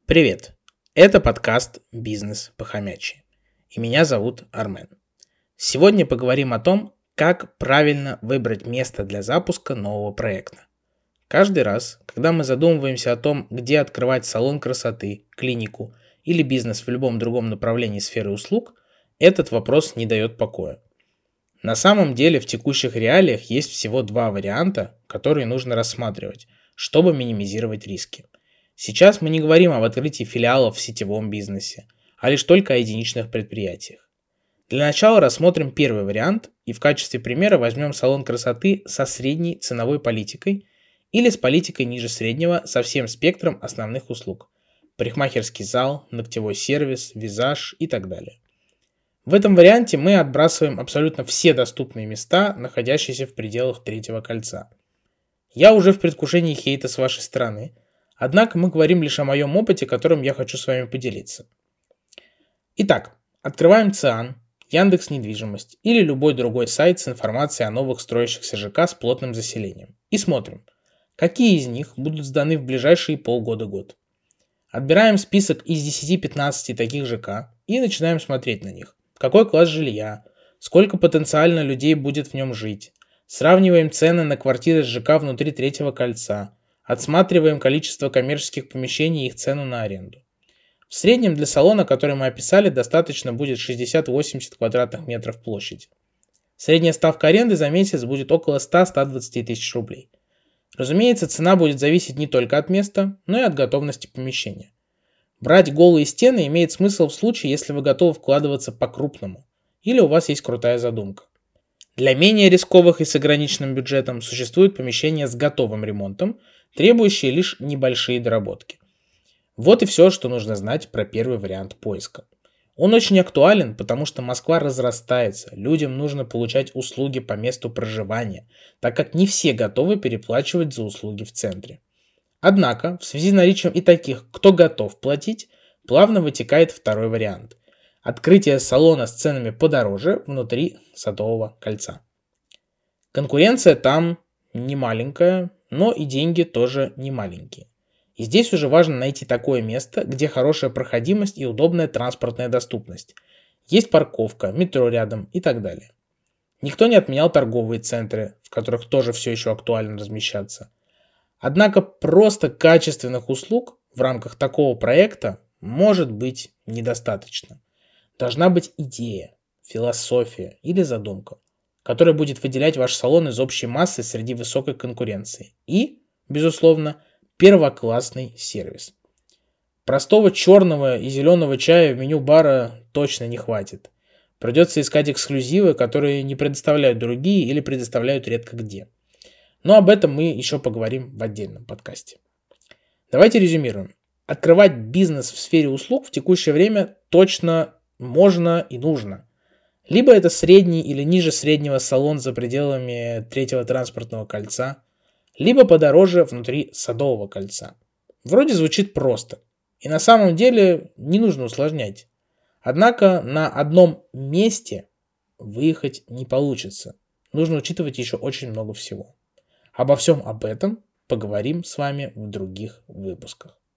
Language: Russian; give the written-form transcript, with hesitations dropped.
Привет! Это подкаст «Бизнес по-хомячьи». И меня зовут Армен. Сегодня поговорим о том, как правильно выбрать место для запуска нового проекта. Каждый раз, когда мы задумываемся о том, где открывать салон красоты, клинику или бизнес в любом другом направлении сферы услуг, этот вопрос не дает покоя. На самом деле в текущих реалиях есть всего два варианта, которые нужно рассматривать, чтобы минимизировать риски. Сейчас мы не говорим об открытии филиалов в сетевом бизнесе, а лишь только о единичных предприятиях. Для начала рассмотрим первый вариант и в качестве примера возьмем салон красоты со средней ценовой политикой или с политикой ниже среднего со всем спектром основных услуг – парикмахерский зал, ногтевой сервис, визаж и так далее. В этом варианте мы отбрасываем абсолютно все доступные места, находящиеся в пределах третьего кольца. Я уже в предвкушении хейта с вашей стороны, однако мы говорим лишь о моем опыте, которым я хочу с вами поделиться. Итак, открываем ЦИАН, Яндекс.Недвижимость или любой другой сайт с информацией о новых строящихся ЖК с плотным заселением и смотрим, какие из них будут сданы в ближайшие полгода-год. Отбираем список из 10-15 таких ЖК и начинаем смотреть на них. Какой класс жилья, сколько потенциально людей будет в нем жить. Сравниваем цены на квартиры с ЖК внутри третьего кольца. Отсматриваем количество коммерческих помещений и их цену на аренду. В среднем для салона, который мы описали, достаточно будет 60-80 квадратных метров площади. Средняя ставка аренды за месяц будет около 100-120 тысяч рублей. Разумеется, цена будет зависеть не только от места, но и от готовности помещения. Брать голые стены имеет смысл в случае, если вы готовы вкладываться по-крупному или у вас есть крутая задумка. Для менее рисковых и с ограниченным бюджетом существуют помещения с готовым ремонтом, требующие лишь небольшие доработки. Вот и все, что нужно знать про первый вариант поиска. Он очень актуален, потому что Москва разрастается, людям нужно получать услуги по месту проживания, так как не все готовы переплачивать за услуги в центре. Однако, в связи с наличием и таких, кто готов платить, плавно вытекает второй вариант – открытие салона с ценами подороже внутри Садового кольца. Конкуренция там не маленькая, но и деньги тоже не маленькие. И здесь уже важно найти такое место, где хорошая проходимость и удобная транспортная доступность. Есть парковка, метро рядом и так далее. Никто не отменял торговые центры, в которых тоже все еще актуально размещаться. Однако просто качественных услуг в рамках такого проекта может быть недостаточно. Должна быть идея, философия или задумка, которая будет выделять ваш салон из общей массы среди высокой конкуренции. И, безусловно, первоклассный сервис. Простого черного и зеленого чая в меню бара точно не хватит. Придется искать эксклюзивы, которые не предоставляют другие или предоставляют редко где. Но об этом мы еще поговорим в отдельном подкасте. Давайте резюмируем. Открывать бизнес в сфере услуг в текущее время точно можно и нужно. Либо это средний или ниже среднего салон за пределами третьего транспортного кольца, либо подороже внутри Садового кольца. Вроде звучит просто. И на самом деле не нужно усложнять. Однако на одном месте выехать не получится. Нужно учитывать еще очень много всего. Обо всем об этом поговорим с вами в других выпусках.